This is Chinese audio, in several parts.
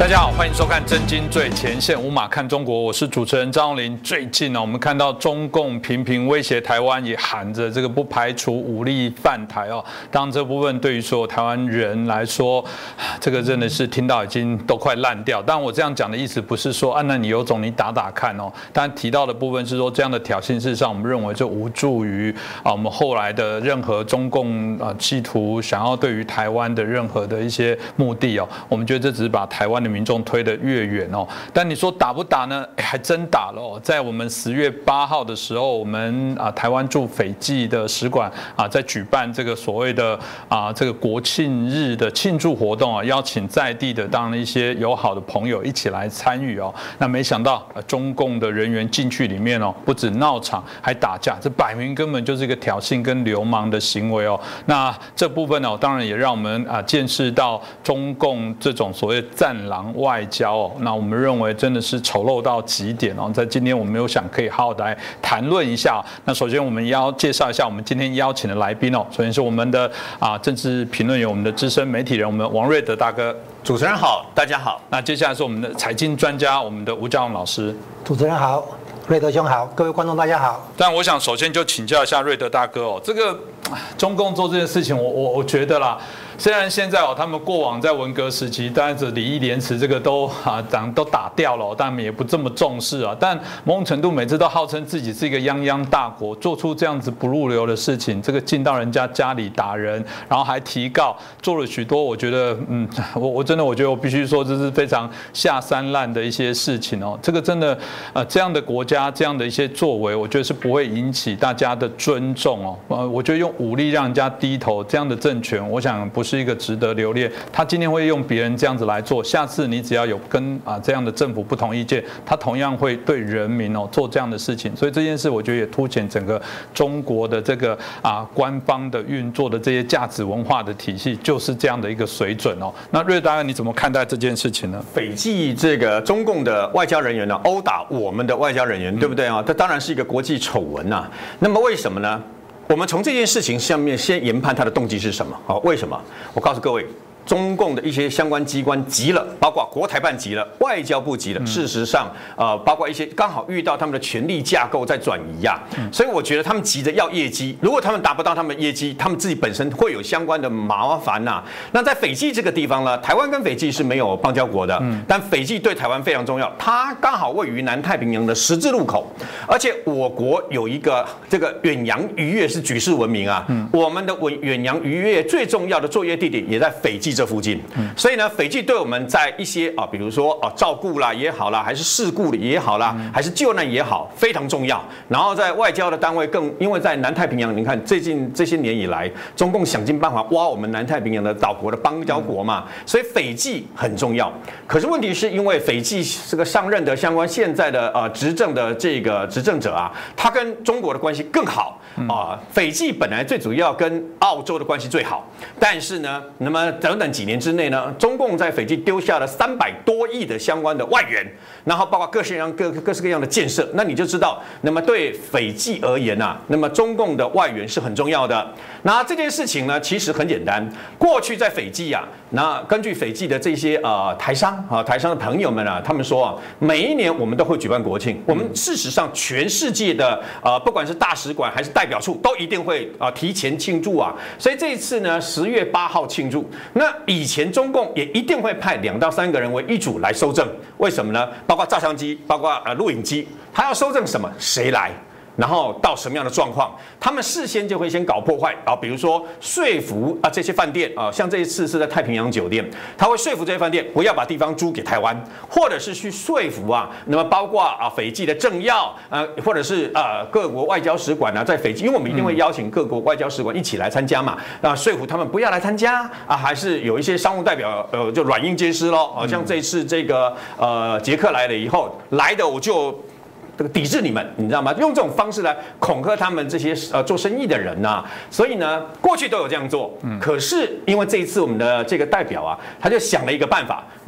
大家好，欢迎收看《震惊最前线》，无马看中国，我是主持人张荣麟。最近呢，我们看到中共频频威胁台湾，也喊着这个不排除武力犯台哦。当然这部分对于所有台湾人来说，这个真的是听到已经都快烂掉。但我这样讲的意思不是说，那你有种你打打看哦。但提到的部分是说，这样的挑衅，事实上我们认为就无助于我们后来的任何中共企图想要对于台湾的任何的一些目的哦。我们觉得这只是把台湾的民众推得越远哦，但你说打不打呢？还真打了哦。在我们10月8号的时候，我们台湾驻斐济的使馆在举办这个所谓的这个国庆日的庆祝活动啊，邀请在地的当然一些友好的朋友一起来参与哦。那没想到中共的人员进去里面哦，不止闹场，还打架，这摆明根本就是一个挑衅跟流氓的行为哦。那这部分呢，当然也让我们见识到中共这种所谓战狼外交哦，那我们认为真的是丑陋到极点哦。在今天我们有想可以好好的来谈论一下。那首先我们要介绍一下我们今天邀请的来宾哦。首先是我们的政治评论员，我们的资深媒体人，我们王瑞德大哥。 主持人好，大家好。 那接下来是我们的财经专家，我们的吴嘉宏老师。 主持人好，瑞德兄好，各位观众大家好。 但我想首先就请教一下瑞德大哥哦，这个中共做这件事情，我觉得啦。虽然现在他们过往在文革时期，当然这礼义廉耻这个都打掉了，但他们也不这么重视啊。但某种程度，每次都号称自己是一个泱泱大国，做出这样子不入流的事情，这个进到人家家里打人，然后还提告，做了许多，我觉得，我真的我觉得我必须说，这是非常下三滥的一些事情哦。这个真的，这样的国家这样的一些作为，我觉得是不会引起大家的尊重哦。我觉得用武力让人家低头，这样的政权，我想不是一个值得留恋。他今天会用别人这样子来做，下次你只要有跟这样的政府不同意见，他同样会对人民做这样的事情。所以这件事我觉得也凸显整个中国的这个官方的运作的这些价值文化的体系就是这样的一个水准哦。那瑞大哥你怎么看待这件事情呢？ 斐济这个中共的外交人员呢，殴打我们的外交人员，对不对啊？这当然是一个国际丑闻呐。那么为什么呢？我们从这件事情上面先研判他的动机是什么？为什么？我告诉各位，中共的一些相关机关急了，包括国台办急了，外交部急了。事实上，包括一些刚好遇到他们的权力架构在转移呀，所以我觉得他们急着要业绩。如果他们达不到他们的业绩，他们自己本身会有相关的麻烦呐。那在斐济这个地方呢，台湾跟斐济是没有邦交国的，但斐济对台湾非常重要，它刚好位于南太平洋的十字路口，而且我国有一个这个远洋渔业是举世闻名啊。我们的远洋渔业最重要的作业地点也在斐济这附近，所以呢，斐济对我们在一些比如说照顾啦也好啦，还是事故也好啦，还是救难也好，非常重要。然后在外交的单位更，因为在南太平洋，你看最近这些年以来，中共想尽办法挖我们南太平洋的岛国的邦交国嘛，所以斐济很重要。可是问题是因为斐济这个上任的相关现在的执政的这个执政者啊，他跟中国的关系更好斐济本来最主要跟澳洲的关系最好，但是呢，那么短几年之内呢，中共在斐济丢下了300多亿的相关的外援，然后包括各式各样的建设，那你就知道，那么对斐济而言啊，那么中共的外援是很重要的。那这件事情呢，其实很简单，过去在斐济啊，那根据斐济的这些台商的朋友们啊，他们说每一年我们都会举办国庆，我们事实上全世界的不管是大使馆还是代表处都一定会提前庆祝啊，所以这一次呢10月8号庆祝。那以前中共也一定会派2到3个人为一组来搜证，为什么呢？包括照相机，包括录影机，他要搜证什么？谁来？然后到什么样的状况，他们事先就会先搞破坏比如说说服这些饭店像这一次是在太平洋酒店，他会说服这些饭店不要把地方租给台湾，或者是去说服那么包括斐济的政要或者是各国外交使馆在斐济，因为我们一定会邀请各国外交使馆一起来参加嘛，说服他们不要来参加还是有一些商务代表就软硬皆施咯像这一次这个捷克来了以后，来的我就这个抵制你们，你知道吗？用这种方式来恐吓他们这些做生意的人呐。所以呢，过去都有这样做。可是因为这一次我们的这个代表他就想了一个办法。那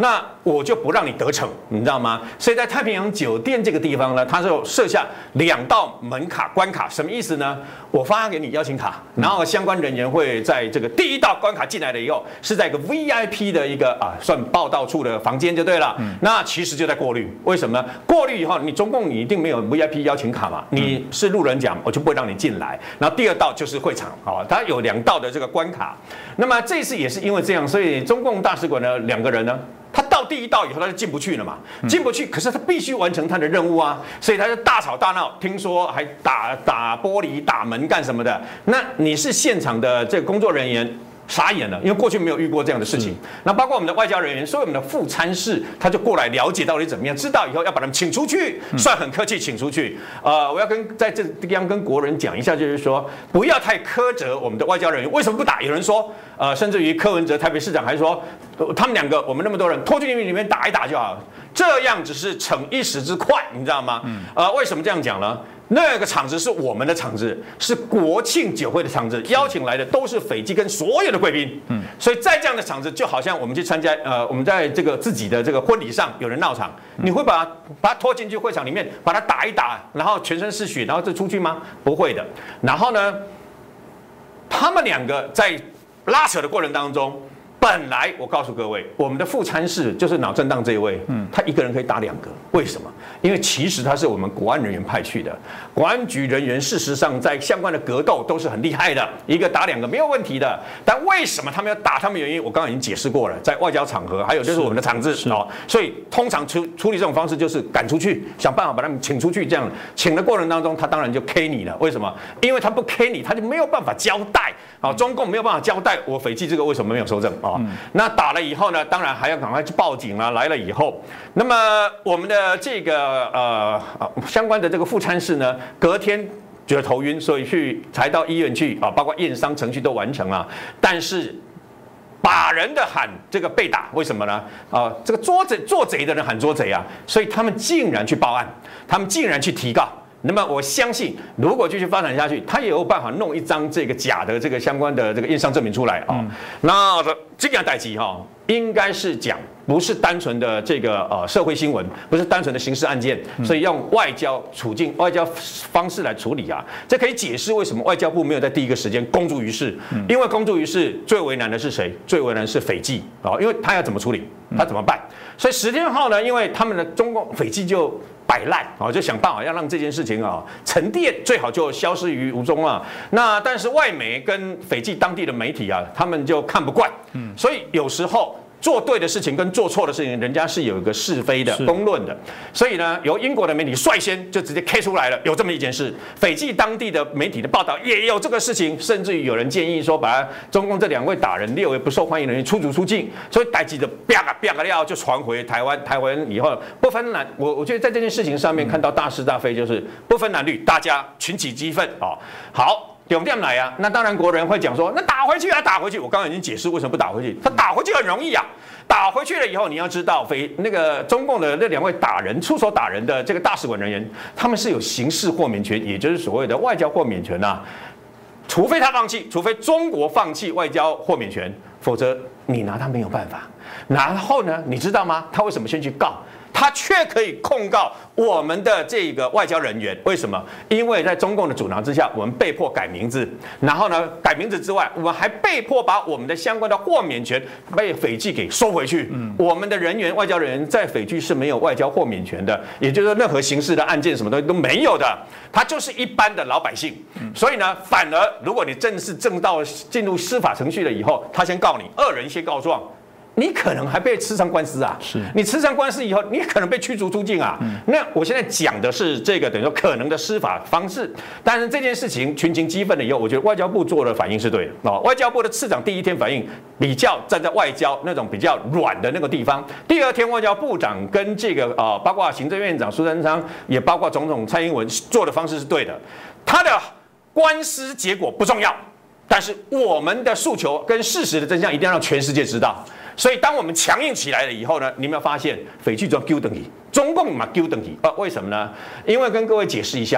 我就不让你得逞，你知道吗？所以在太平洋酒店这个地方呢，它就设下2道门卡关卡，什么意思呢？我发给你邀请卡，然后相关人员会在这个第1道关卡进来了以后，是在一个 VIP 的一个算报到处的房间就对了。那其实就在过滤，为什么呢？过滤以后，中共你一定没有 VIP 邀请卡嘛，你是路人甲，我就不会让你进来。然后第2道就是会场，它有2道的这个关卡。那么这次也是因为这样，所以中共大使馆的2个人呢，他到第1道以后他就进不去了嘛，进不去，可是他必须完成他的任务啊，所以他就大吵大闹，听说还打玻璃、打门干什么的。那你是现场的这个工作人员，傻眼了，因为过去没有遇过这样的事情。那包括我们的外交人员，所以我们的副参事他就过来了解到底怎么样，知道以后要把他们请出去，算很客气，请出去。我要在这地方跟国人讲一下，就是说不要太苛责我们的外交人员，为什么不打？有人说，甚至于柯文哲台北市长还说，他们2个我们那么多人拖进去里面打一打就好，这样只是逞一时之快，你知道吗？为什么这样讲呢？那个场子是我们的场子，是国庆酒会的场子，邀请来的都是斐济跟所有的贵宾。所以在这样的场子，就好像我们去参加我们在这个自己的这个婚礼上有人闹场，你会把他拖进去会场里面，把他打一打，然后全身是血，然后就出去吗？不会的。然后呢，他们2个在拉扯的过程当中，本来我告诉各位，我们的副参事就是脑震荡这一位，他1个人可以打2个，为什么？因为其实他是我们国安人员派去的，国安局人员事实上在相关的格斗都是很厉害的，1个打2个没有问题的。但为什么他们要打他们？原因我刚刚已经解释过了，在外交场合，还有就是我们的场子所以通常处理这种方式就是赶出去，想办法把他们请出去。这样请的过程当中，他当然就 K 你了。为什么？因为他不 K 你，他就没有办法交代。中共没有办法交代我斐济这个为什么没有收证那打了以后呢，当然还要赶快去报警啊。来了以后，那么我们的这个相关的这个副参事呢，隔天觉得头晕，所以才到医院去包括验伤程序都完成了，但是把人的喊这个被打，为什么呢？这个做贼的人喊捉贼啊，所以他们竟然去报案，他们竟然去提告。那么我相信，如果继续发展下去，他也有办法弄一张这个假的这个相关的这个验伤证明出来那这个代际应该是讲不是单纯的这个社会新闻，不是单纯的刑事案件，所以用外交处境、外交方式来处理啊。这可以解释为什么外交部没有在第一个时间公诸于世，因为公诸于世最为难的是谁？最为难是斐济因为他要怎么处理，他怎么办？所以10天后呢，因为他们的中共斐济就摆烂就想办法要让这件事情沉淀，最好就消失于无踪啊。那但是外媒跟斐济当地的媒体他们就看不惯，所以有时候做对的事情跟做错的事情，人家是有一个是非的公论的。所以呢，由英国的媒体率先就直接 K 出来了，有这么一件事。斐济当地的媒体的报道也有这个事情，甚至于有人建议说，把中共这2位打人6位不受欢迎的人出出境。所以代记的啪料就传回台湾，台湾以后不分蓝，我觉得在这件事情上面看到大是大非，就是不分蓝绿，大家群起激奋好。点来啊，那当然国人会讲说，那打回去啊，打回去。我刚刚已经解释为什么不打回去，他打回去很容易啊。打回去了以后，你要知道，那个中共的那2位出手打人的这个大使馆人员，他们是有刑事豁免权，也就是所谓的外交豁免权除非他放弃，除非中国放弃外交豁免权，否则你拿他没有办法。然后呢，你知道吗？他为什么先去告？他却可以控告我们的这个外交人员，为什么？因为在中共的阻挠之下，我们被迫改名字，然后呢，改名字之外，我们还被迫把我们的相关的豁免权被斐济给收回去。我们的人员，外交人员在斐济是没有外交豁免权的，也就是说，任何刑事的案件什么东西都没有的，他就是一般的老百姓。所以呢，反而如果你进入司法程序了以后，他先告你，2人先告状。你可能还被吃上官司啊！你吃上官司以后，你可能被驱逐出境啊！那我现在讲的是这个等于说可能的司法方式，但是这件事情群情激愤了以后，我觉得外交部做的反应是对的外交部的次长第1天反应比较站在外交那种比较软的那个地方，第2天外交部长跟这个包括行政院长苏贞昌，也包括总统蔡英文做的方式是对的，他的官司结果不重要，但是我们的诉求跟事实的真相一定要让全世界知道。所以，当我们强硬起来了以后呢，你有没有发现斐济就丢等于中共嘛丢等于为什么呢？因为跟各位解释一下，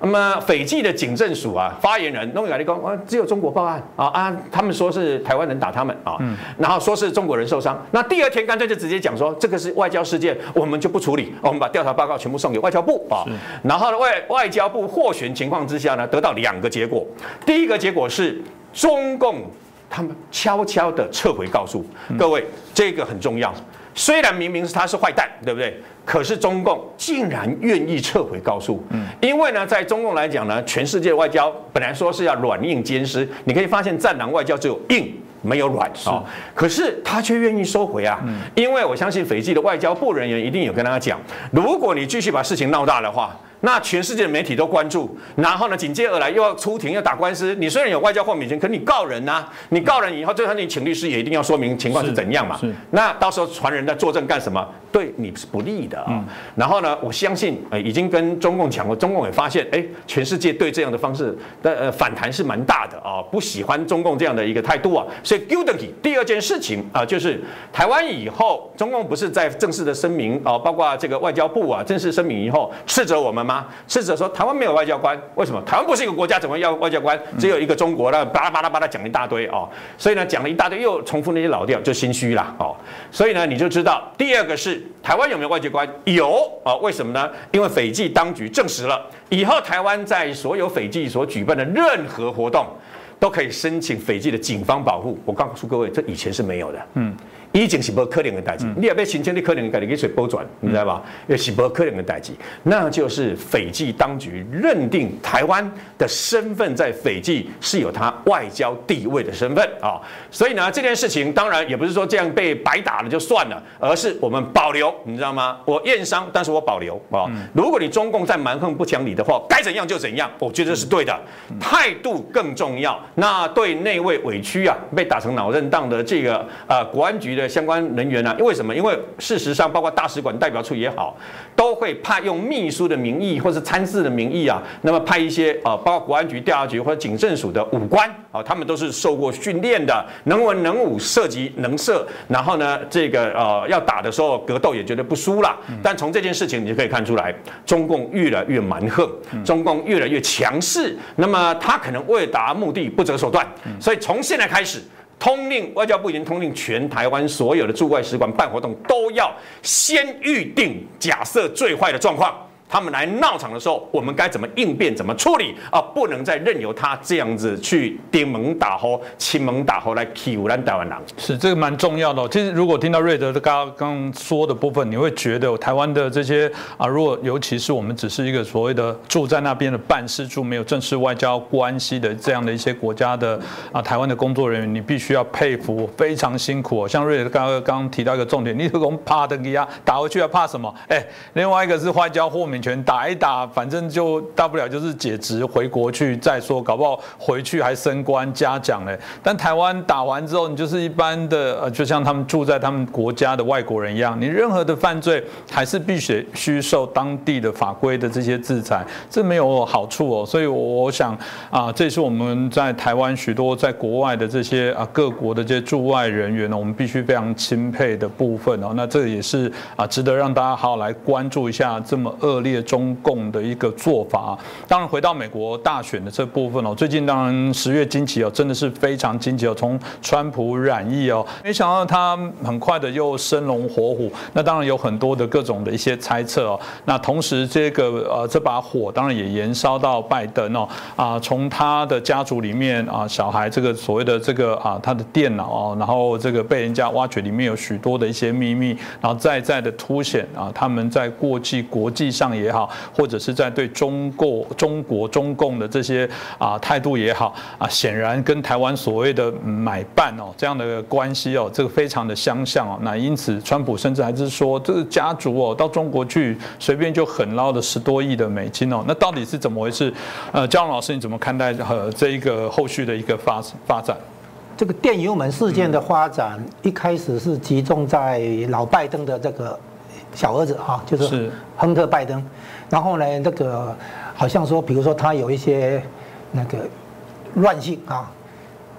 那么斐济的警政署啊，发言人弄来讲，只有中国报案他们说是台湾人打他们然后说是中国人受伤。那第二天干脆就直接讲说，这个是外交事件，我们就不处理，我们把调查报告全部送给外交部然后外交部获选情况之下呢，得到2个结果。第一个结果是中共他们悄悄的撤回告诉各位，这个很重要。虽然明明他是坏蛋，对不对？可是中共竟然愿意撤回告诉，因为呢，在中共来讲呢，全世界外交本来说是要软硬兼施，你可以发现战狼外交只有硬没有软可是他却愿意收回因为我相信斐济的外交部人员一定有跟他讲，如果你继续把事情闹大的话，那全世界的媒体都关注，然后呢，紧接而来又要出庭，要打官司。你虽然有外交豁免权，可你告人你告人以后，最后你请律师也一定要说明情况是怎样嘛。那到时候传人在作证干什么？对你是不利的然后呢，我相信已经跟中共讲过，中共也发现，全世界对这样的方式的反弹是蛮大的不喜欢中共这样的一个态度所以丢得起。第二件事情就是台湾以后，中共不是在正式的声明包括这个外交部正式声明以后斥责我们吗？斥责说台湾没有外交官，为什么？台湾不是一个国家，怎么要外交官？只有一个中国，那巴拉巴拉巴拉讲一大堆所以呢，讲了一大堆又重复那些老调，就心虚啦所以呢，你就知道第二个是台湾有没有外交官？有为什么呢？因为斐济当局证实了，以后台湾在所有斐济所举办的任何活动，都可以申请斐济的警方保护。我告诉各位，这以前是没有的。以前是不可能的代志，你也被申请，你可能给你水波转，你知道吧？也是不可能的代志，那就是斐济当局认定台湾的身份在斐济是有它外交地位的身份所以呢，这件事情当然也不是说这样被白打了就算了，而是我们保留，你知道吗？我验伤，但是我保留如果你中共再蛮横不讲理的话，该怎样就怎样，我觉得是对的，态度更重要。那对那位委屈被打成脑震荡的这个国安局的相关人员为什么？因为事实上，包括大使馆代表处也好，都会派用秘书的名义或是参事的名义那么派一些包括国安局、调查局或者警政署的武官他们都是受过训练的，能文能武，射击能射，然后呢，这个要打的时候格斗也绝对不输啦。但从这件事情你就可以看出来，中共越来越蛮横，中共越来越强势，那么他可能为达目的不择手段，所以从现在开始。通令外交部已经通令全台湾所有的驻外使馆办活动都要先预定假设最坏的状况，他们来闹场的时候，我们该怎么应变、怎么处理不能再任由他这样子去顶门打吼、亲门打吼来欺负咱台湾人。 是这个蛮重要的其实如果听到瑞德刚刚说的部分，你会觉得台湾的这些如果尤其是我们只是一个所谓的住在那边的办事处，没有正式外交关系的这样的一些国家的台湾的工作人员，你必须要佩服，非常辛苦像瑞德刚刚提到一个重点，你这种怕的给他打回去还怕什么？另外一个是外交豁免权打一打，反正就大不了就是解职回国去再说，搞不好回去还升官嘉奖嘞。但台湾打完之后，你就是一般的就像他们住在他们国家的外国人一样，你任何的犯罪还是必须受当地的法规的这些制裁，这没有好处所以我想这也是我们在台湾许多在国外的这些各国的这些驻外人员我们必须非常钦佩的部分那这也是值得让大家好好来关注一下这么恶劣中共的一个做法当然回到美国大选的这部分最近当然10月惊奇真的是非常惊奇从川普染疫没想到他很快的又生龙活虎，那当然有很多的各种的一些猜测那同时这把火当然也延烧到拜登从他的家族里面小孩这个所谓的这个他的电脑然后这个被人家挖掘，里面有许多的一些秘密，然后再的凸显他们在国际上也好，或者是在对中共的这些态度也好显然跟台湾所谓的买办这样的关系这个非常的相像那因此川普甚至还是说这个家族到中国去随便就狠捞了10多亿的美金那到底是怎么回事？嘉龙老师你怎么看待这一个后续的一个发展？ 这个电油门事件的发展一开始是集中在老拜登的这个小儿子就是亨特拜登，然后呢，这个好像说，比如说他有一些那个乱性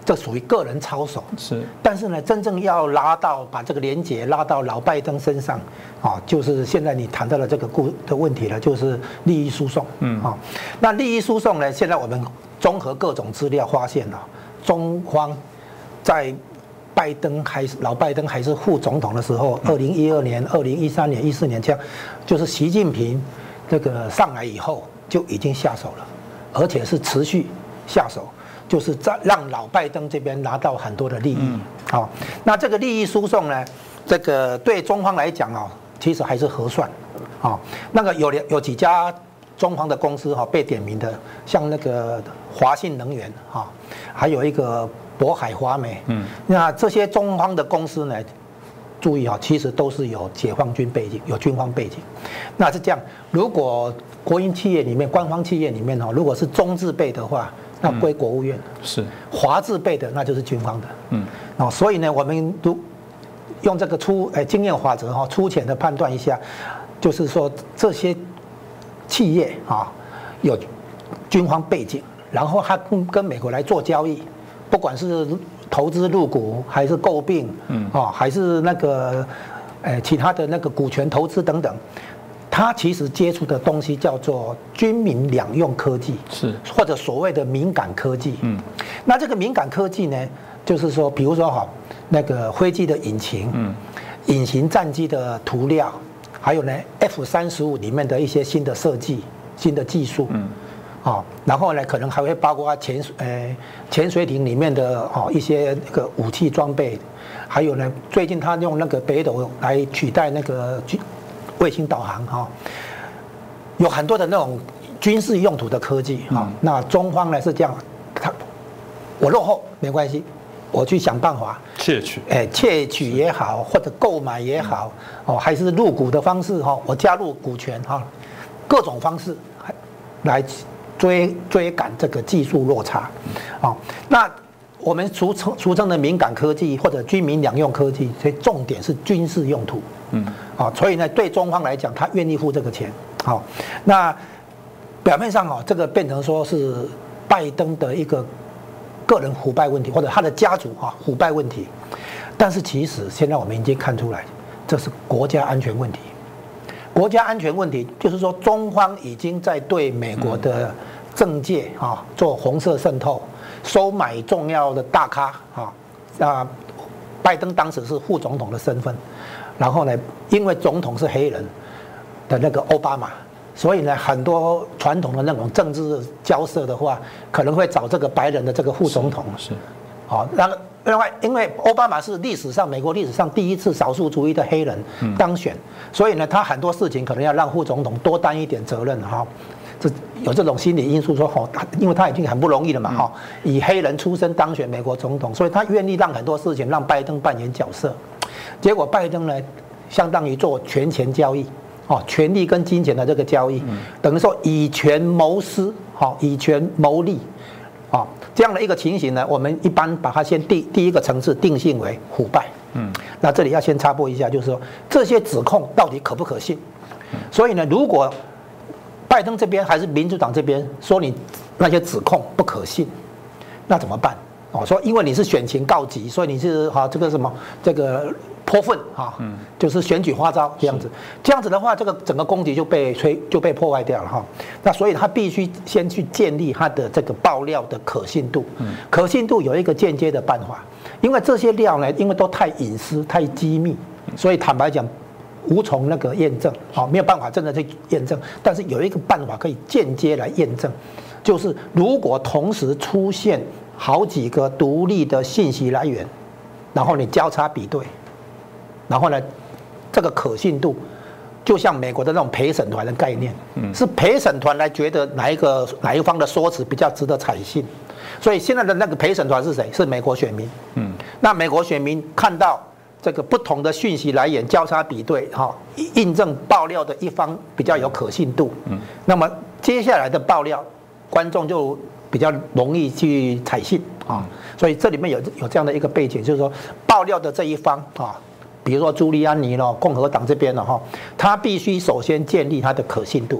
这属于个人操守。 是， 但是呢，真正要把这个连结拉到老拜登身上，就是现在你谈到了这个的问题了，就是利益输送。那利益输送呢，现在我们综合各种资料发现了，中方在老拜登还是副总统的时候，2012年、2013年、14年这样，就是习近平这个上来以后就已经下手了，而且是持续下手。就是让老拜登这边拿到很多的利益，那这个利益输送呢，这个对中方来讲其实还是核算，那个有几家中方的公司被点名的，像那个华信能源还有一个渤海华煤，那这些中方的公司呢，注意其实都是有解放军背景，有军方背景，那是这样，如果国营企业里面、官方企业里面如果是中字辈的话。那归国务院是华字辈的，那就是军方的。所以呢，我们用这个经验法则粗浅的判断一下，就是说这些企业有军方背景，然后他跟美国来做交易，不管是投资入股还是购并，还是那个其他的那个股权投资等等。它其实接触的东西叫做军民两用科技， 是或者所谓的敏感科技。那这个敏感科技呢，就是说，比如说那个飞机的引擎，隐形战机的涂料，还有呢 F-35里面的一些新的设计、新的技术，然后呢，可能还会包括潜水艇里面的一些那个武器装备，还有呢，最近他用那个北斗来取代那个卫星导航有很多的那种军事用途的科技那中方呢是这样，我落后没关系，我去想办法窃取也好，或者购买也好还是入股的方式我加入股权各种方式来追赶这个技术落差那我们俗称的敏感科技或者军民两用科技，所以重点是军事用途。所以呢，对中方来讲，他愿意付这个钱。那表面上这个变成说是拜登的一个个人腐败问题，或者他的家族腐败问题。但是其实现在我们已经看出来，这是国家安全问题。国家安全问题就是说，中方已经在对美国的政界做红色渗透。收买重要的大咖拜登当时是副总统的身份，然后呢，因为总统是黑人的那个奥巴马，所以呢，很多传统的那种政治交涉的话，可能会找这个白人的这个副总统。另外，因为奥巴马是美国历史上第一次少数族裔的黑人当选，所以呢，他很多事情可能要让副总统多担一点责任有这种心理因素说因为他已经很不容易了嘛以黑人出身当选美国总统，所以他愿意让很多事情让拜登扮演角色。结果拜登呢，相当于做权钱交易权力跟金钱的这个交易，等于说以权谋私以权谋利这样的一个情形呢，我们一般把它先第一个层次定性为腐败。那这里要先插播一下，就是说这些指控到底可不可信？所以呢，如果拜登这边还是民主党这边说你那些指控不可信，那怎么办？说因为你是选情告急，所以你是这个什么这个泼粪就是选举花招这样子。这样子的话，这个整个攻击就被破坏掉了那所以他必须先去建立他的这个爆料的可信度。可信度有一个间接的办法，因为这些料呢，因为都太隐私、太机密，所以坦白讲。无从那个验证，没有办法真的去验证。但是有一个办法可以间接来验证，就是如果同时出现好几个独立的信息来源，然后你交叉比对，然后呢，这个可信度就像美国的那种陪审团的概念，是陪审团来觉得哪一方的说辞比较值得采信。所以现在的那个陪审团是谁？是美国选民。那美国选民看到。这个不同的讯息来源交叉比对，印证爆料的一方比较有可信度。那么接下来的爆料，观众就比较容易去采信所以这里面有这样的一个背景，就是说爆料的这一方比如说朱利安尼共和党这边他必须首先建立他的可信度。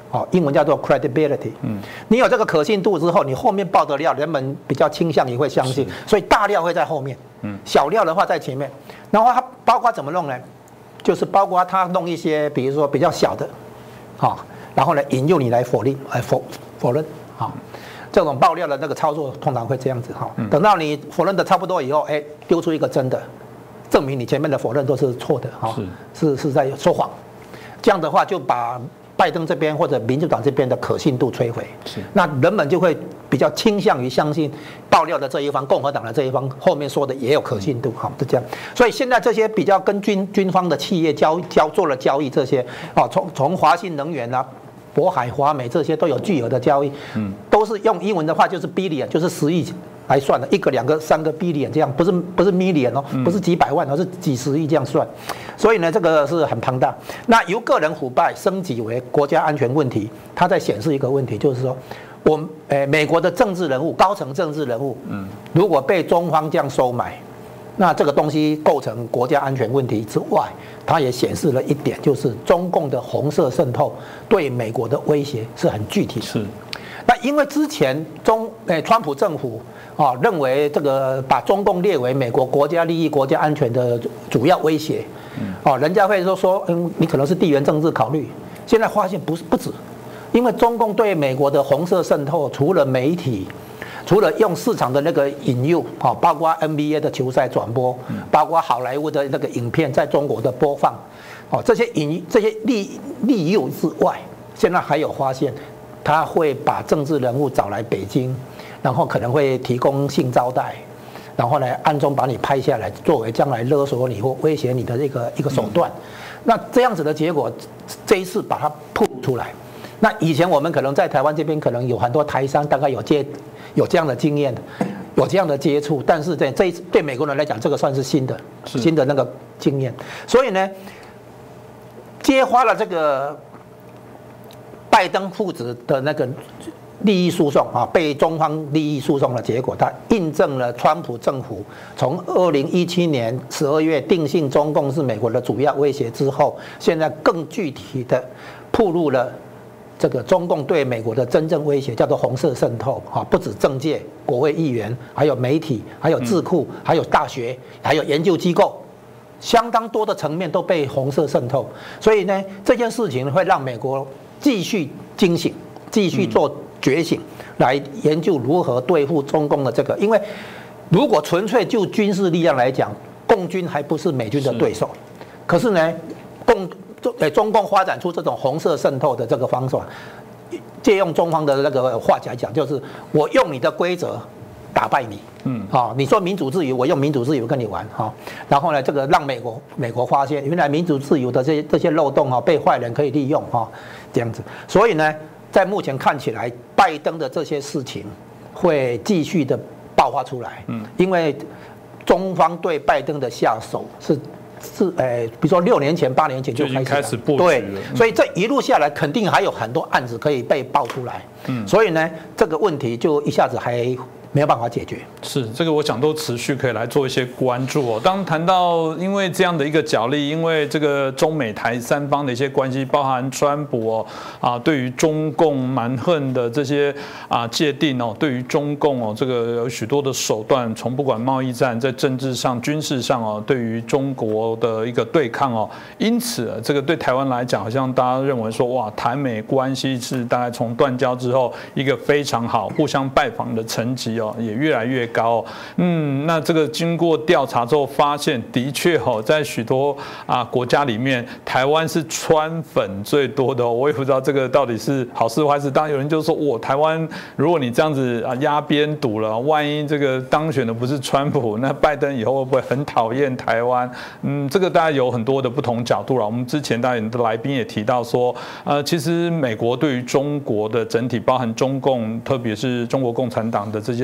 英文叫做 credibility。你有这个可信度之后，你后面爆的料，人们比较倾向于会相信，所以大料会在后面，小料的话在前面。然后它包括怎么弄呢？就是包括他弄一些，比如说比较小的，然后呢引诱你来否认，这种爆料的那个操作通常会这样子等到你否认的差不多以后，丢出一个真的，证明你前面的否认都是错的是在说谎。这样的话就把拜登这边或者民主党这边的可信度摧毁，那人们就会比较倾向于相信爆料的这一方，共和党的这一方后面说的也有可信度，是这样。所以现在这些比较跟军方的企业做了交易，这些从华信能源啊、渤海、华美这些都有巨额的交易，都是用英文的话就是 billion， 就是10亿来算的，1个、2个、3个 billion 这样，不是 million 不是几百万，而是几十亿这样算。所以呢，这个是很庞大。那由个人腐败升级为国家安全问题，它在显示一个问题，就是说，美国的政治人物、高层政治人物，如果被中方这样收买，那这个东西构成国家安全问题之外，它也显示了一点，就是中共的红色渗透对美国的威胁是很具体的。是。那因为之前川普政府认为这个把中共列为美国国家利益、国家安全的主要威胁，人家会说你可能是地缘政治考虑。现在发现不止，因为中共对美国的红色渗透，除了媒体，除了用市场的那个引诱，包括 NBA 的球赛转播，包括好莱坞的那个影片在中国的播放，这些利诱之外，现在还有发现。他会把政治人物找来北京，然后可能会提供性招待，然后呢暗中把你拍下来，作为将来勒索你或威胁你的一个手段。那这样子的结果，这一次把它曝出来。那以前我们可能在台湾这边可能有很多台商大概有这样的经验，有这样的接触，但是这一次对美国人来讲，这个算是新的那个经验。所以呢，揭发了这个。拜登父子的那个利益诉讼被中方利益诉讼的结果，它印证了川普政府从2017年12月定性中共是美国的主要威胁之后，现在更具体的暴露了这个中共对美国的真正威胁，叫做红色渗透不止政界、国会议员，还有媒体，还有智库，还有大学，还有研究机构。相当多的层面都被红色渗透，所以呢，这件事情会让美国继续惊醒，继续做觉醒，来研究如何对付中共的这个。因为如果纯粹就军事力量来讲，共军还不是美军的对手。可是呢，中共发展出这种红色渗透的这个方法，借用中方的那个话来讲，就是我用你的规则打败你。你说民主自由，我用民主自由跟你玩然后呢，这个让美国发现原来民主自由的这些漏洞被坏人可以利用这样子。所以呢，在目前看起来，拜登的这些事情会继续的爆发出来。因为中方对拜登的下手是比如说6年前、8年前就开始布局了。对，所以这一路下来，肯定还有很多案子可以被爆出来。所以呢，这个问题就一下子还没有办法解决。 是这个，我想都持续可以来做一些关注当谈到因为这样的一个角力，因为这个中美台三方的一些关系，包含川普对于中共蛮横的这些界定对于中共这个有许多的手段，从不管贸易战，在政治上、军事上对于中国的一个对抗因此这个对台湾来讲，好像大家认为说哇，台美关系是大概从断交之后一个非常好互相拜访的层级也越来越高那这个经过调查之后发现，的确在许多国家里面，台湾是川粉最多的我也不知道这个到底是好事坏事。当然有人就说台湾如果你这样子压边堵了，万一这个当选的不是川普，那拜登以后会不会很讨厌台湾？这个大家有很多的不同角度了。我们之前大家的来宾也提到说其实美国对于中国的整体，包含中共，特别是中国共产党的这些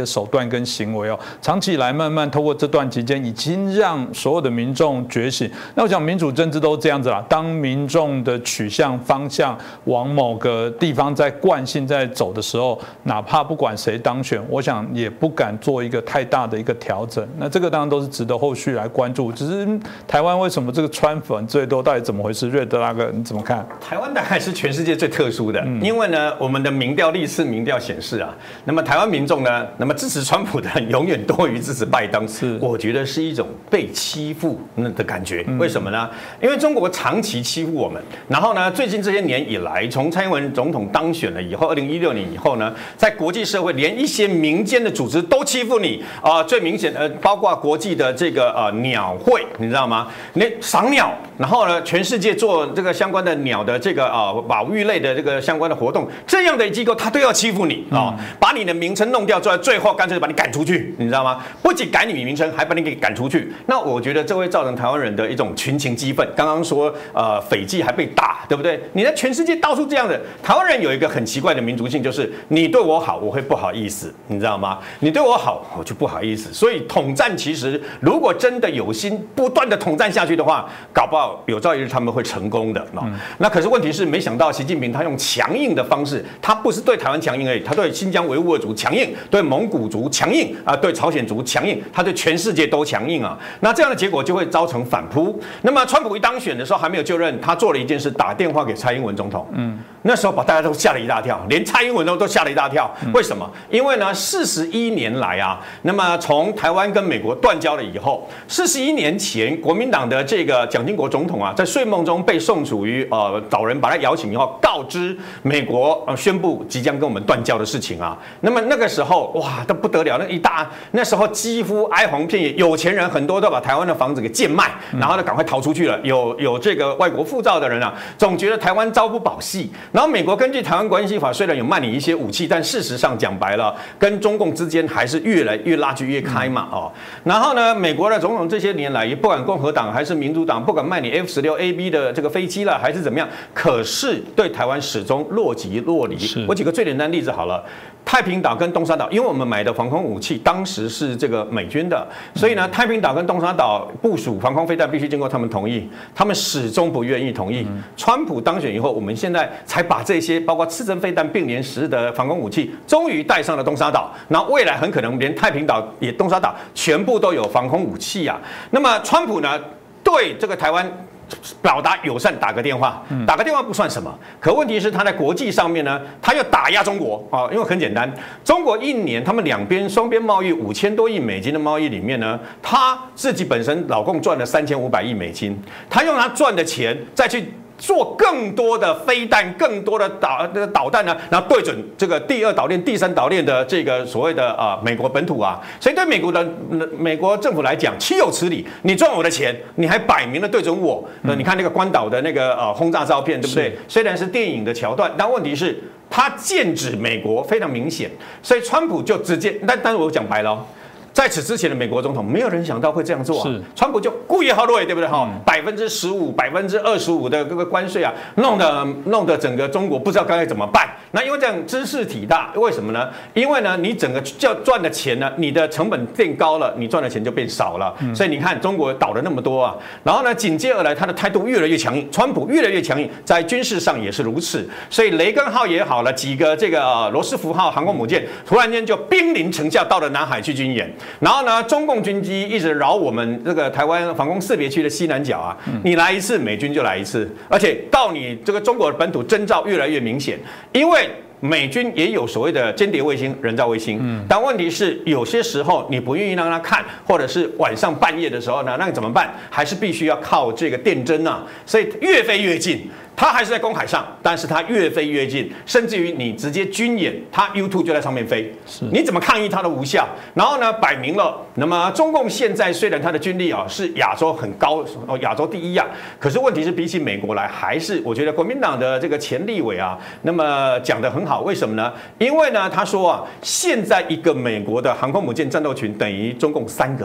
些手段跟行为哦，长期以来慢慢透过这段期间，已经让所有的民众觉醒。那我想民主政治都这样子啦，当民众的取向方向往某个地方在惯性在走的时候，哪怕不管谁当选，我想也不敢做一个太大的一个调整。那这个当然都是值得后续来关注。只是台湾为什么这个川粉最多，到底怎么回事？瑞德大哥你怎么看？ 台湾大概是全世界最特殊的，因为呢，我们的历次民调显示啊，那么台湾民众呢，那么支持川普的人永远多于支持拜登，我觉得是一种被欺负的感觉。为什么呢？因为中国长期欺负我们，然后呢，最近这些年以来，从蔡英文总统当选了以后，2016年以后呢，在国际社会连一些民间的组织都欺负你啊，最明显包括国际的这个鸟会，你知道吗？你赏鸟，然后呢，全世界做这个相关的鸟的这个保育类的这个相关的活动，这样的机构他都要欺负你啊，把你的名称弄掉之后，最后干脆把你赶出去，你知道吗？不仅改你名称，还把你给赶出去。那我觉得这会造成台湾人的一种群情激愤。刚刚说斐济还被打，对不对？你在全世界到处这样的，台湾人有一个很奇怪的民族性，就是你对我好，我会不好意思，你知道吗？你对我好，我就不好意思。所以统战其实如果真的有心不断的统战下去的话，搞不好有朝一日他们会成功的。那可是问题是，没想到习近平他用强硬的方式，他不是对台湾强硬而已，他对新疆维吾尔族强硬，对蒙古族强硬啊，对朝鲜族强硬，他对全世界都强硬啊。那这样的结果就会造成反扑。那么川普一当选的时候还没有就任，他做了一件事，打电话给蔡英文总统。那时候把大家都吓了一大跳，连蔡英文都吓了一大跳。为什么？因为呢，41年来啊，那么从台湾跟美国断交了以后，41年前国民党的这个蒋经国总统啊，在睡梦中被宋楚瑜找人把他摇醒以后，告知美国宣布即将跟我们断交的事情啊。那么那个时候哇，都不得了，那时候几乎哀鸿遍野，有钱人很多都把台湾的房子给贱卖，然后呢赶快逃出去了。有这个外国护照的人啊，总觉得台湾朝不保夕。然后美国根据台湾关系法，虽然有卖你一些武器，但事实上讲白了，跟中共之间还是越来越拉锯越开嘛然后呢，美国的总统这些年来，也不管共和党还是民主党，不管卖你 F-16A/B 的这个飞机了，还是怎么样，可是对台湾始终若即若离。我举个最简单的例子好了。太平岛跟东沙岛，因为我们买的防空武器当时是这个美军的，所以呢，太平岛跟东沙岛部署防空飞弹必须经过他们同意，他们始终不愿意同意。川普当选以后，我们现在才把这些包括刺针飞弹并联时的防空武器，终于带上了东沙岛。那未来很可能连太平岛也东沙岛全部都有防空武器啊。那么川普呢，对这个台湾表达友善，打个电话不算什么，可问题是他在国际上面呢，他又打压中国啊，因为很简单，中国一年他们双边贸易5000多亿美金的贸易里面呢，他自己本身老共赚了3500亿美金，他用他赚的钱再去做更多的飞弹，更多的导弹呢，然后对准这个第2岛链、第3岛链的这个所谓的美国本土啊，所以对美国政府来讲，岂有此理？你赚我的钱，你还摆明了对准我。你看那个关岛的那个轰炸照片，对不对？虽然是电影的桥段，但问题是他剑指美国非常明显，所以川普就直接，但是我讲白了。在此之前的美国总统，没有人想到会这样做啊！川普就故意好对，对不对？15%、25%的这个关税啊，弄得整个中国不知道该怎么办。那因为这样知识体大，为什么呢？因为呢，你整个赚的钱呢，你的成本变高了，你赚的钱就变少了。所以你看中国倒了那么多啊，然后呢，紧接而来他的态度越来越强硬，川普越来越强硬，在军事上也是如此。所以雷根号也好了，几个这个罗斯福号航空母舰突然间就兵临城下，到了南海去军演。然后呢，中共军机一直绕我们这个台湾防空识别区的西南角啊，你来一次，美军就来一次，而且到你这个中国的本土征兆越来越明显，因为美军也有所谓的间谍卫星、人造卫星，但问题是有些时候你不愿意让他看，或者是晚上半夜的时候呢，那你怎么办？还是必须要靠这个电侦啊，所以越飞越近。它还是在公海上，但是它越飞越近，甚至于你直接军演，它 U2 就在上面飞，你怎么抗议它都无效。然后呢，摆明了，那么中共现在虽然它的军力啊是亚洲很高，亚洲第一啊，可是问题是比起美国来，还是我觉得国民党的这个前立委啊，那么讲得很好，为什么呢？因为呢，他说啊，现在一个美国的航空母舰战斗群等于中共3个。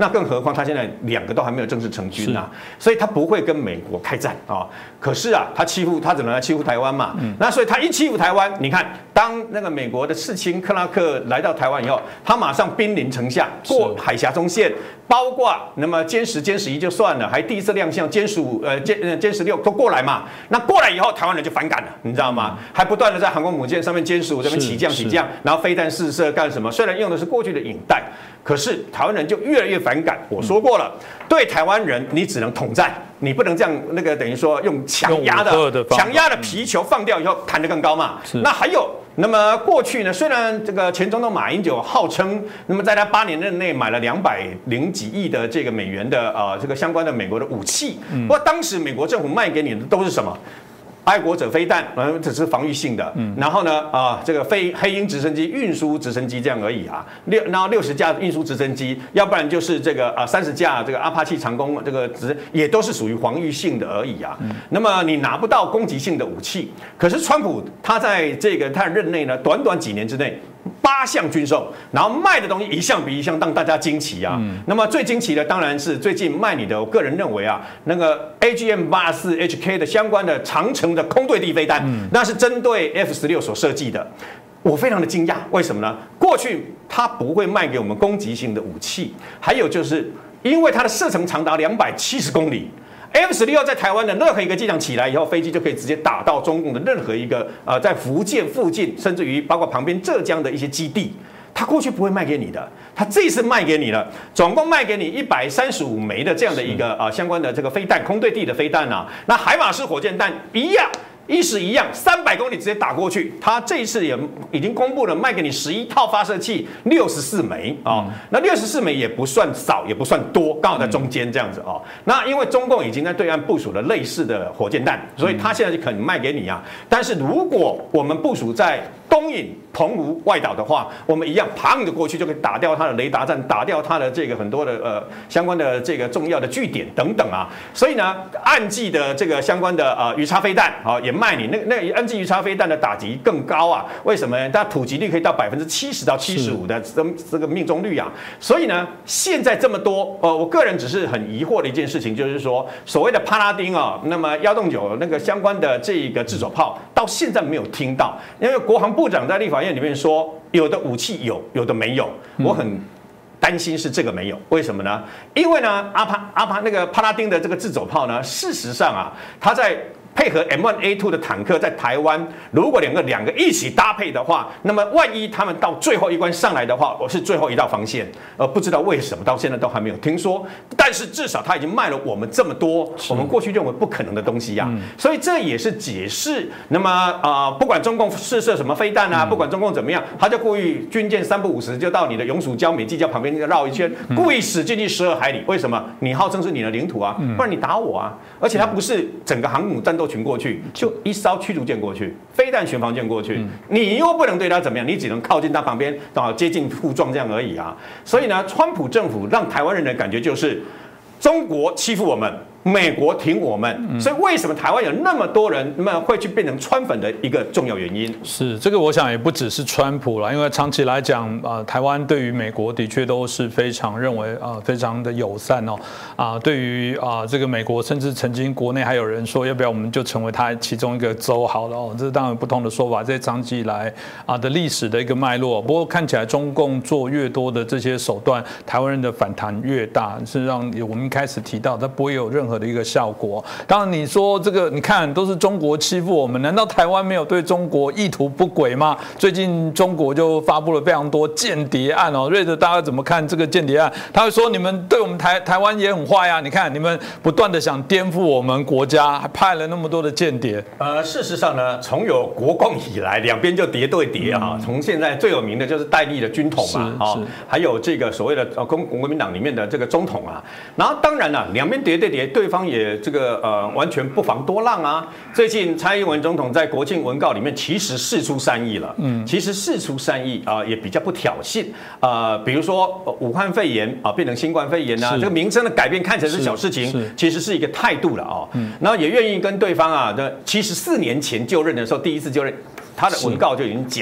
那更何况他现在2个都还没有正式成军啊，所以他不会跟美国开战啊。可是啊，他只能来欺负台湾嘛。那所以他一欺负台湾，你看，当那个美国的世卿克拉克来到台湾以后，他马上兵临城下，过海峡中线，包括那么歼10、歼11就算了，还第一次亮相歼15、歼16都过来嘛。那过来以后，台湾人就反感了，你知道吗？还不断的在航空母舰上面歼15这边起降，然后飞弹试射干什么？虽然用的是过去的引弹，可是台湾人就越来越反感。我说过了，对台湾人你只能统战，你不能这样等于说用强压的皮球放掉以后弹得更高嘛。那还有。那么过去呢，虽然这个前总统马英九号称，那么在他8年任内买了200几亿的这个美元的这个相关的美国的武器，不过当时美国政府卖给你的都是什么？爱国者飞弹，只是防御性的。然后呢，这个黑鹰直升机、运输直升机这样而已啊。然后60架运输直升机，要不然就是这个30架这个阿帕奇长弓，这个也都是属于防御性的而已啊。那么你拿不到攻击性的武器，可是川普他在他的任内呢，短短几年之内。8项军售，然后卖的东西一项比一项让大家惊奇啊。那么最惊奇的当然是最近卖你的，我个人认为啊，那个 AGM-84HK 的相关的长程的空对地飞弹，那是针对 F-16所设计的。我非常的惊讶，为什么呢？过去它不会卖给我们攻击性的武器，还有就是因为它的射程长达270公里。F-16在台湾的任何一个机场起来以后，飞机就可以直接打到中共的任何一个在福建附近，甚至于包括旁边浙江的一些基地。他过去不会卖给你的，他这次卖给你了，总共卖给你135枚的这样的一个相关的这个飞弹，空对地的飞弹啊。那海马式火箭弹一样。意思一样，300公里直接打过去。他这一次也已经公布了，卖给你11套发射器，64枚啊。那64枚也不算少，也不算多，刚好在中间这样子啊。那因为中共已经在对岸部署了类似的火箭弹，所以他现在就可能卖给你啊。但是如果我们部署在东引、澎湖、外岛的话，我们一样砰的过去就可以打掉它的雷达站，打掉它的这个很多的相关的这个重要的据点等等啊。所以呢，岸际的这个相关的鱼叉飞弹啊也卖你那岸际鱼叉飞弹的打击更高啊？为什么呢？它普及率可以到70%到75%的这个命中率啊。所以呢，现在这么多我个人只是很疑惑的一件事情，就是说所谓的帕拉丁啊，那么1洞9那个相关的这个自走炮，到现在没有听到，因为国防部长在立法院里面说，有的武器有的没有，我很担心是这个没有，为什么呢？因为呢，那个帕拉丁的这个自走炮呢，事实上啊，它在配合 M1A2 的坦克在台湾，如果两个一起搭配的话，那么万一他们到最后一关上来的话，我是最后一道防线，不知道为什么到现在都还没有听说。但是至少他已经卖了我们这么多，我们过去认为不可能的东西呀，所以这也是解释。那么不管中共试射什么飞弹啊，不管中共怎么样，他就故意军舰3不50就到你的永暑礁、美济礁旁边绕一圈，故意驶进去12海里。为什么？你号称是你的领土啊，不然你打我啊！而且它不是整个航母战斗群过去，就一艘驱逐舰过去，飞弹巡防舰过去，你又不能对它怎么样，你只能靠近它旁边，接近互撞这样而已啊。所以呢，川普政府让台湾人的感觉就是中国欺负我们，美国挺我们，所以为什么台湾有那么多人会去变成川粉的一个重要原因？ 是这个，我想也不只是川普了，因为长期来讲，台湾对于美国的确都是非常认为非常的友善哦，对于这个美国，甚至曾经国内还有人说，要不要我们就成为它其中一个州好了哦，这是当然有不同的说法，这长期以来的历史的一个脉络。不过看起来中共做越多的这些手段，台湾人的反弹越大，是让我们一开始提到，它不会有任何的一个效果。当然你说这个，你看都是中国欺负我们，难道台湾没有对中国意图不轨吗？最近中国就发布了非常多间谍案哦，瑞德大家怎么看这个间谍案？他会说你们对我们台湾也很坏啊，你看你们不断的想颠覆我们国家，还派了那么多的间谍。 事实上呢，从有国共以来，两边就谍对谍啊。从现在最有名的就是戴笠的军统嘛，还有这个所谓的国民党里面的这个中统啊。然后当然了，两边谍对谍，对方也这个完全不遑多让啊。最近蔡英文总统在国庆文告里面其实释出善意了，其实释出善意也比较不挑衅比如说武汉肺炎变成新冠肺炎啊，这个名称的改变看起来是小事情，其实是一个态度了啊。然后也愿意跟对方其实4年前就任的时候，第一次就任，他的文告就已经讲了。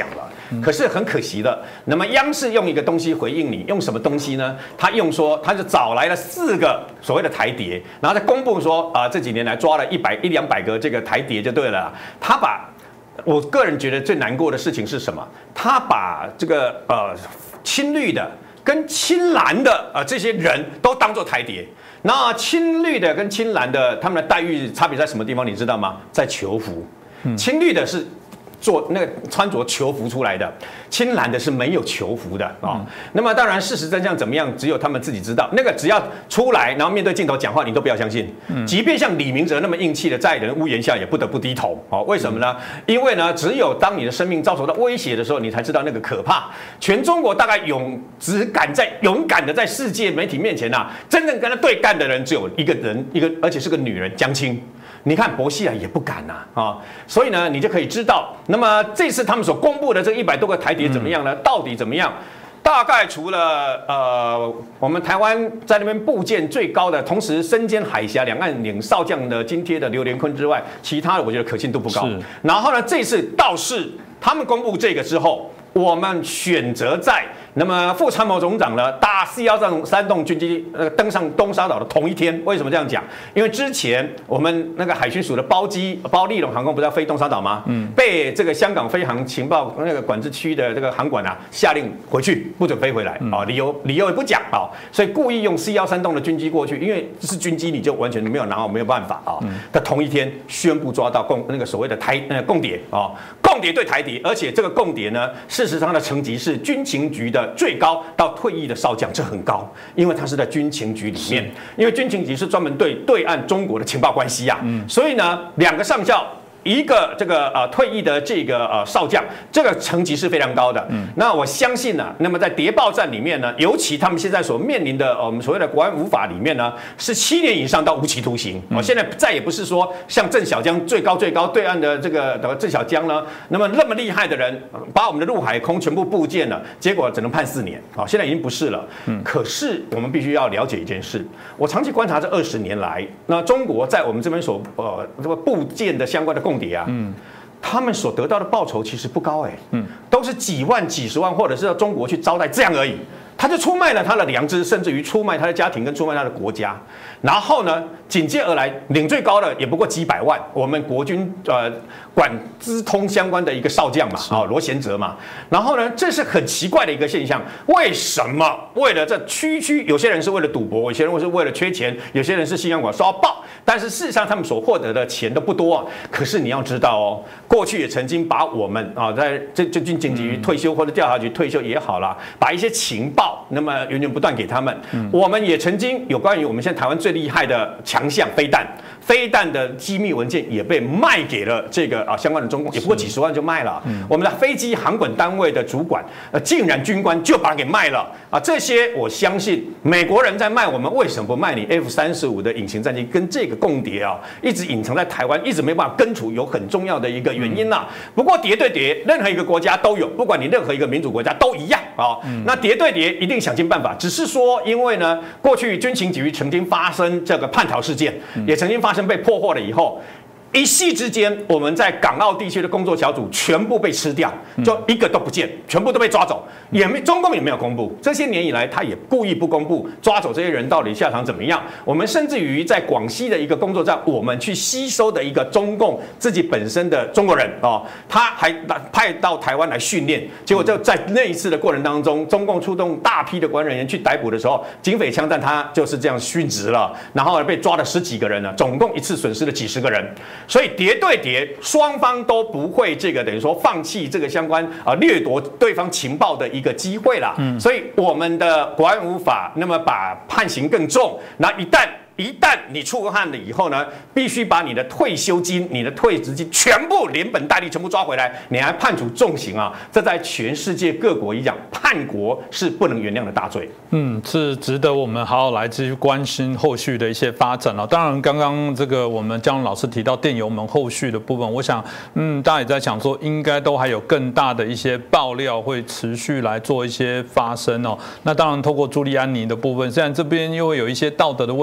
可是很可惜的，那么央视用一个东西回应你，用什么东西呢？他用说，他就找来了4个所谓的台谍，然后再公布说这几年来抓了100-200个这个台谍就对了。他把我个人觉得最难过的事情是什么？他把这个亲绿的跟亲蓝的这些人都当作台谍。那亲绿的跟亲蓝的他们的待遇差别在什么地方？你知道吗？在囚服。亲绿的是做那个穿着囚服出来的，亲蓝的是没有囚服的啊。那么当然事实真相怎么样，只有他们自己知道。那个只要出来，然后面对镜头讲话，你都不要相信。即便像李明哲那么硬气的，在人屋檐下也不得不低头。哦，为什么呢？因为呢，只有当你的生命遭受到威胁的时候，你才知道那个可怕。全中国大概只敢勇敢的在世界媒体面前真正跟他对干的人只有一个人，而且是个女人，江青。你看薄熙来也不敢所以呢，你就可以知道，那么这次他们所公布的这100多个台谍怎么样呢？到底怎么样？大概除了我们台湾在那边部件最高的，同时身兼海峡两岸领少将的津贴的刘连坤之外，其他的我觉得可信度不高。然后呢，这次倒是他们公布这个之后，我们选择在那么副参谋总长呢搭C-130军机登上东沙岛的同一天。为什么这样讲？因为之前我们那个海巡署的包立龙航空不是要飞东沙岛吗？被这个香港飞航情报那个管制区的这个航管下令回去，不准飞回来理由也不讲所以故意用C-130的军机过去，因为是军机你就完全没有拿好，没有办法在同一天宣布抓到那个所谓的共谍共谍对台谍，而且这个共谍呢，事实上的层级是军情局的最高到退役的少将，这很高，因为他是在军情局里面，因为军情局是专门对岸中国的情报关系所以呢，2个上校。一个这个退役的这个少将，这个层级是非常高的。那我相信那么在谍报战里面呢，尤其他们现在所面临的我们所谓的国安五法里面呢，是7年以上到无期徒刑。现在再也不是说像郑小江最高对岸的这个郑小江呢，那么厉害的人把我们的陆海空全部部件了，结果只能判4年。现在已经不是了。可是我们必须要了解一件事，我长期观察这20年来，那中国在我们这边所这个部件的相关的共谍他们所得到的报酬其实不高都是几万、几十万，或者是到中国去招待这样而已。他就出卖了他的良知，甚至于出卖他的家庭跟出卖他的国家。然后呢，紧接而来领最高的也不过几百万，我们国军管资通相关的一个少将嘛，罗贤哲嘛。然后呢，这是很奇怪的一个现象，为什么为了这区有些人是为了赌博，有些人是为了缺钱，有些人是信用卡刷爆，但是事实上他们所获得的钱都不多可是你要知道过去也曾经把我们在这军情局退休或者调查局退休也好啦，把一些情报那么源源不断给他们。我们也曾经有关于我们现在台湾最厉害的强项飞弹的机密文件也被卖给了这个相关的中共，也不过几十万就卖了。我们的飞机航管单位的主管竟然军官就把它给卖了这些我相信美国人在卖我们，为什么不卖你 F-35的隐形战机？跟这个共谍一直隐藏在台湾，一直没办法根除，有很重要的一个原因不过谍对谍，任何一个国家都有，不管你任何一个民主国家都一样那谍对谍一定想尽办法，只是说因为呢，过去军情局曾经发生这个叛逃事件，也曾经发生被破获了以后。一夕之间，我们在港澳地区的工作小组全部被吃掉，就一个都不见，全部都被抓走，中共也没有公布。这些年以来，他也故意不公布抓走这些人到底下场怎么样。我们甚至于在广西的一个工作站，我们去吸收的一个中共自己本身的中国人他还派到台湾来训练，结果就在那一次的过程当中，中共出动大批的国安人员去逮捕的时候，警匪枪战他就是这样殉职了，然后被抓了10几个人了，总共一次损失了几十个人。所以谍对谍，双方都不会这个等于说放弃这个相关掠夺对方情报的一个机会啦。所以我们的国安五法，那么把判刑更重，那一旦你触犯了以后呢，必须把你的退休金、你的退职金全部连本带利全部抓回来，你还判处重刑这在全世界各国一样，叛国是不能原谅的大罪。 是值得我们好好来继续关心后续的一些发展当然，刚刚这个我们江龙老师提到电邮门后续的部分，我想大家也在想说，应该都还有更大的一些爆料会持续来做一些发生那当然，透过朱利安尼的部分，虽然这边又会有一些道德的问题，也就是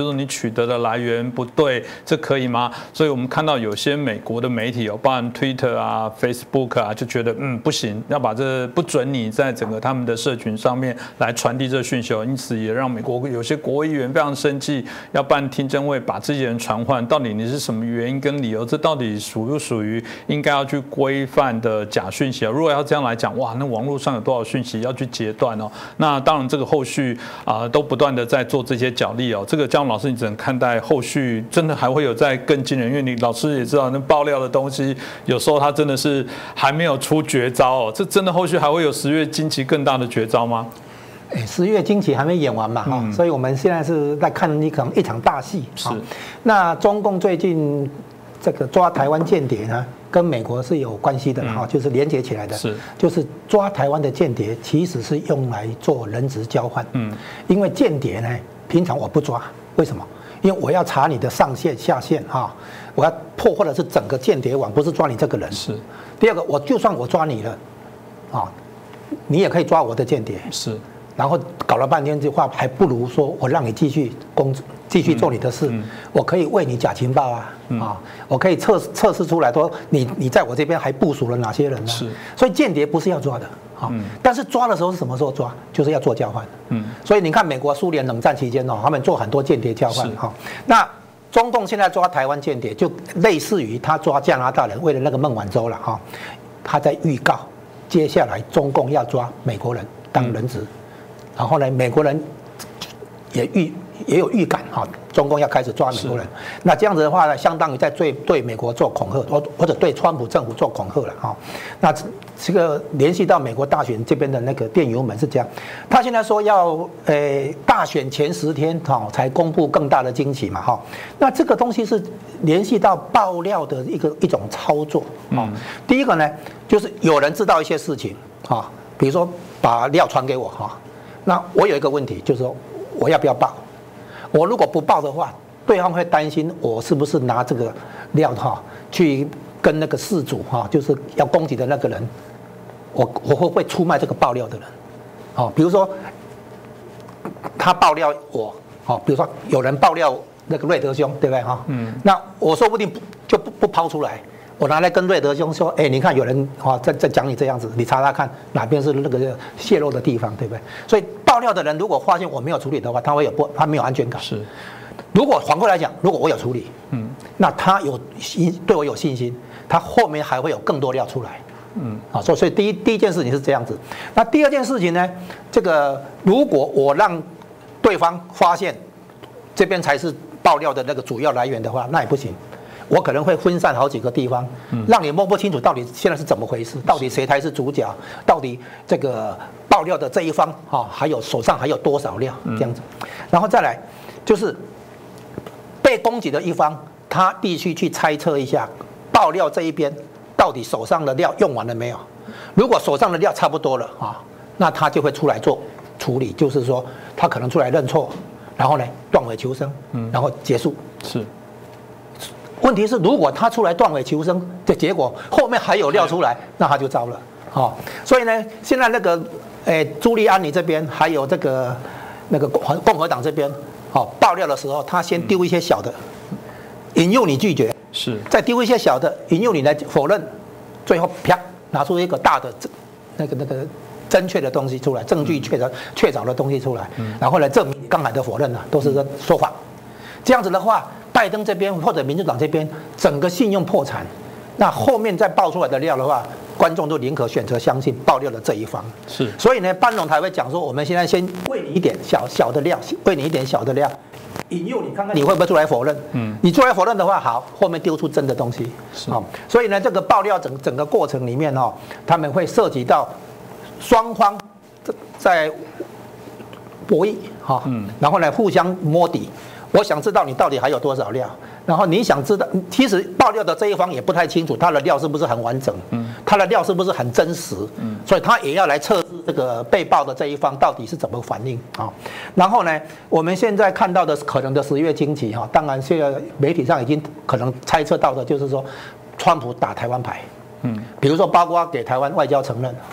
就是你取得的来源不对，这可以吗？所以我们看到有些美国的媒体包含 Twitter 啊、Facebook 啊，就觉得不行，要把这不准你在整个他们的社群上面来传递这讯息，因此也让美国有些国会议员非常生气，要办听证会把这些人传唤。到底你是什么原因跟理由？这到底属不属于应该要去规范的假讯息啊？如果要这样来讲，哇，那网络上有多少讯息要去截断哦？那当然，这个后续都不断的在做这些角力哦。这个姜老师，你怎么看待后续真的还会有在更惊人？因为你老师也知道，那爆料的东西有时候它真的是还没有出绝招哦。这真的后续还会有10月惊奇更大的绝招吗 ？10月惊奇还没演完嘛，所以我们现在是在看一场大戏。 是， 那中共最近这个抓台湾间谍呢，跟美国是有关系的就是连接起来的。 是， 就是抓台湾的间谍，其实是用来做人质交换。因为间谍呢，平常我不抓，为什么？因为我要查你的上线下线我要破获的是整个间谍网，不是抓你这个人。 是。 第二个，就算我抓你了，你也可以抓我的间谍。 是。 然后搞了半天的话，还不如说我让你继续做你的事，我可以为你假情报我可以测试出来说你在我这边还部署了哪些人呢？是，所以间谍不是要抓的但是抓的时候是什么时候抓？就是要做交换。所以你看美国、苏联冷战期间他们做很多间谍交换那中共现在抓台湾间谍，就类似于他抓加拿大人为了那个孟晚舟了他在预告接下来中共要抓美国人当人质。然后呢，美国人也有预感中共要开始抓美国人。那这样子的话呢，相当于在对美国做恐吓，或者对川普政府做恐吓了那这个联系到美国大选这边的那个电邮门是这样，他现在说要大选前10天才公布更大的惊喜嘛那这个东西是联系到爆料的一种操作第一个呢，就是有人知道一些事情比如说把料传给我那我有一个问题，就是说我要不要报？我如果不报的话，对方会担心我是不是拿这个料去跟那个事主就是要攻击的那个人，我会不会出卖这个爆料的人？比如说他爆料我，比如说有人爆料那个瑞德兄，对不对那我说不定就不抛出来。我拿来跟瑞德兄说，你看有人在讲你这样子，你查查看哪边是那个泄露的地方，对不对？所以爆料的人如果发现我没有处理的话，他没有安全感。是。如果反过来讲，如果我有处理，那他对我有信心，他后面还会有更多料出来。所以第一件事情是这样子。那第二件事情呢，这个如果我让对方发现这边才是爆料的那个主要来源的话，那也不行。我可能会分散好几个地方，让你摸不清楚到底现在是怎么回事，到底谁才是主角，到底这个爆料的这一方还有手上还有多少料这样子，然后再来就是被攻击的一方，他必须去猜测一下爆料这一边到底手上的料用完了没有，如果手上的料差不多了那他就会出来做处理，就是说他可能出来认错，然后呢断尾求生，然后结束。是。问题是，如果他出来断尾求生的结果，后面还有料出来，那他就糟了。所以呢，现在那个朱利安尼这边还有那个共和党这边，爆料的时候，他先丢一些小的，引诱你拒绝，是，再丢一些小的，引诱你来否认，最后啪拿出一个大的那个正确的东西出来，证据确凿的东西出来，然后来证明刚才的否认都是说谎。这样子的话，拜登这边或者民主党这边整个信用破产，那后面再爆出来的料的话，观众就宁可选择相信爆料的这一方。是，所以呢，班农才会讲说，我们现在先喂你一点小的料，喂你一点小的料，引诱你看看你会不会出来否认。你出来否认的话，好，后面丢出真的东西。所以呢，这个爆料整个过程里面他们会涉及到双方在博弈然后呢互相摸底。我想知道你到底还有多少料，然后你想知道，其实爆料的这一方也不太清楚他的料是不是很完整，他的料是不是很真实，所以他也要来测试这个被爆的这一方到底是怎么反应然后呢，我们现在看到的可能的10月惊奇当然现在媒体上已经可能猜测到的就是说，川普打台湾牌。比如说包括给台湾外交承认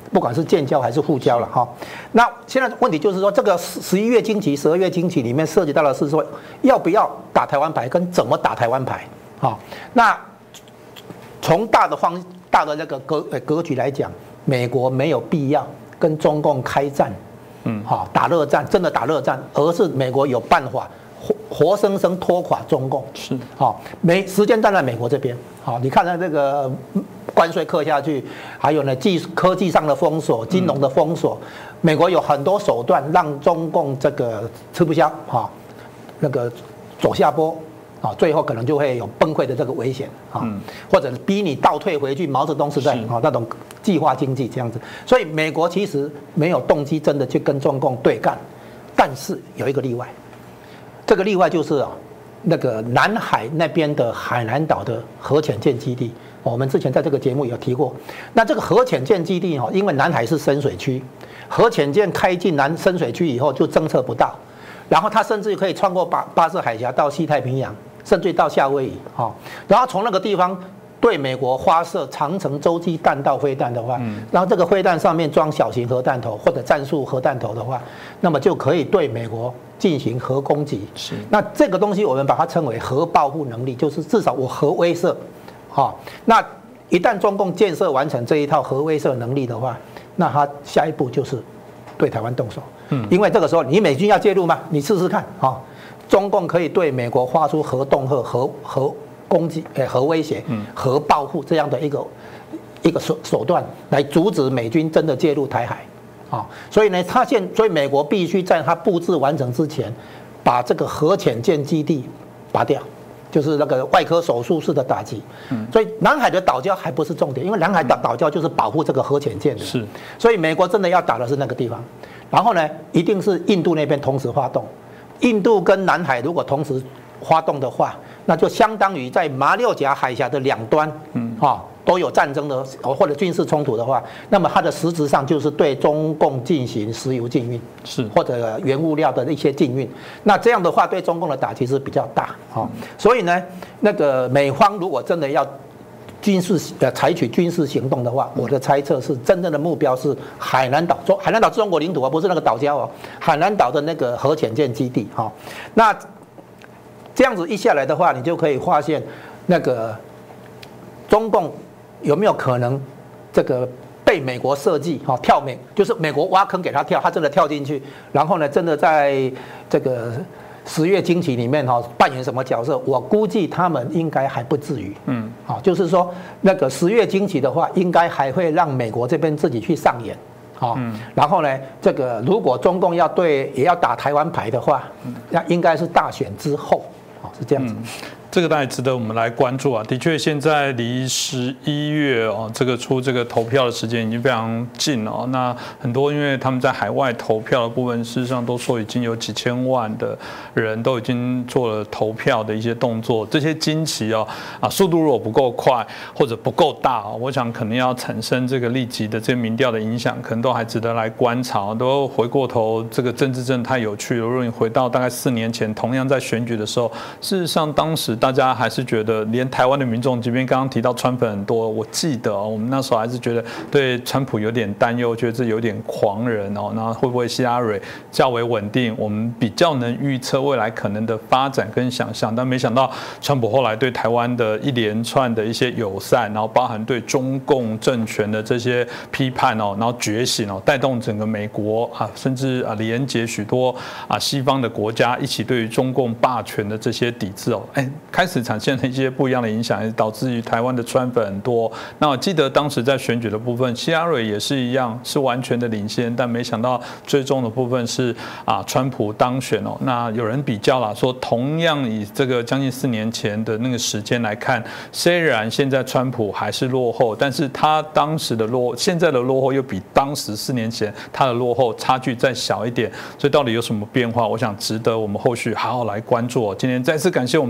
不管是建交还是沪交了哈。那现在问题就是说，这个11月经期、12月经期里面涉及到的是说，要不要打台湾牌，跟怎么打台湾牌啊？那从大的那个格局来讲，美国没有必要跟中共开战，打热战，真的打热战，而是美国有办法活生生拖垮中共， 是时间站在美国这边，你看看这个关税课下去，还有呢科技上的封锁、金融的封锁，美国有很多手段让中共这个吃不消，那个走下坡。最后可能就会有崩溃的这个危险或者逼你倒退回去毛泽东时代那种计划经济这样子。所以美国其实没有动机真的去跟中共对干，但是有一个例外，这个例外就是那个南海那边的海南岛的核潜舰基地，我们之前在这个节目有提过。那这个核潜舰基地因为南海是深水区，核潜舰开进深水区以后就侦测不到，然后它甚至可以穿过巴士海峡到西太平洋。甚至到夏威夷然后从那个地方对美国发射长程洲际弹道飞弹的话，然后这个飞弹上面装小型核弹头或者战术核弹头的话，那么就可以对美国进行核攻击。那这个东西我们把它称为核报复能力，就是至少我核威慑那一旦中共建设完成这一套核威慑能力的话，那它下一步就是对台湾动手。因为这个时候你美军要介入吗？你试试看中共可以对美国发出核恫吓、核攻击、核威胁、核报复这样的一个手段，来阻止美军真的介入台海所以呢，所以美国必须在它布置完成之前，把这个核潜舰基地拔掉，就是那个外科手术式的打击。所以南海的岛礁还不是重点，因为南海岛礁就是保护这个核潜舰的。所以美国真的要打的是那个地方，然后呢，一定是印度那边同时发动。印度跟南海如果同时发动的话，那就相当于在马六甲海峡的两端，都有战争的或者军事冲突的话，那么它的实质上就是对中共进行石油禁运，或者原物料的一些禁运。那这样的话，对中共的打击是比较大所以呢，那个美方如果真的要采取军事行动的话，我的猜测是真正的目标是海南岛是中国领土不是那个岛礁海南岛的那个核潜舰基地那这样子一下来的话，你就可以发现那个中共有没有可能这个被美国设计就是美国挖坑给他跳，他真的跳进去，然后呢，真的在这个10月经期里面扮演什么角色？我估计他们应该还不至于。就是说那个10月经期的话，应该还会让美国这边自己去上演。然后呢，这个如果中共也要打台湾牌的话，那应该是大选之后，是这样子。 这个当然值得我们来关注啊！的确，现在离11月这个出这个投票的时间已经非常近了。那很多因为他们在海外投票的部分，事实上都说已经有几千万的人都已经做了投票的一些动作。这些经期速度如果不够快或者不够大我想可能要产生这个立即的这个民调的影响，可能都还值得来观察。都回过头，这个政治真的太有趣了。如果你回到大概4年前，同样在选举的时候，事实上当时大家还是觉得，连台湾的民众，即便刚刚提到川粉很多，我记得我们那时候还是觉得对川普有点担忧，觉得这有点狂人那会不会希拉蕊较为稳定？我们比较能预测未来可能的发展跟想象，但没想到川普后来对台湾的一连串的一些友善，然后包含对中共政权的这些批判然后觉醒带动整个美国甚至连结许多西方的国家一起对于中共霸权的这些抵制开始产生了一些不一样的影响，导致于台湾的川粉很多。那我记得当时在选举的部分，希拉蕊也是一样，是完全的领先，但没想到最终的部分是川普当选那有人比较啦，说同样以这个将近4年前的那个时间来看，虽然现在川普还是落后，但是他当时的现在的落后又比当时4年前他的落后差距再小一点。所以到底有什么变化？我想值得我们后续好好来关注今天再次感谢我们2位来宾。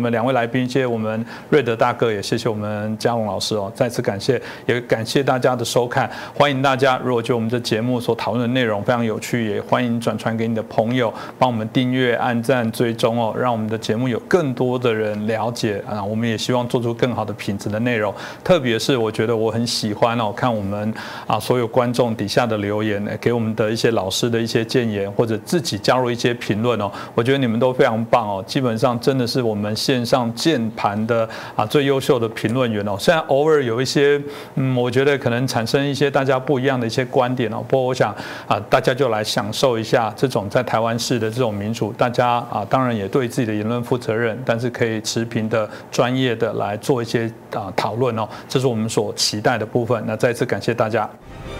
宾，谢谢我们瑞德大哥，也谢谢我们嘉龙老师哦，再次感谢，也感谢大家的收看。欢迎大家，如果觉得我们这节目所讨论的内容非常有趣，也欢迎转传给你的朋友，帮我们订阅、按赞、追踪哦，让我们的节目有更多的人了解啊。我们也希望做出更好的品质的内容，特别是我觉得我很喜欢哦，看我们所有观众底下的留言，给我们的一些老师的一些建言，或者自己加入一些评论哦，我觉得你们都非常棒哦，基本上真的是我们线上键盘的最优秀的评论员哦。虽然偶尔有一些我觉得可能产生一些大家不一样的一些观点哦，不过我想大家就来享受一下这种在台湾式的这种民主，大家当然也对自己的言论负责任，但是可以持平的、专业的来做一些讨论哦，这是我们所期待的部分。那再次感谢大家。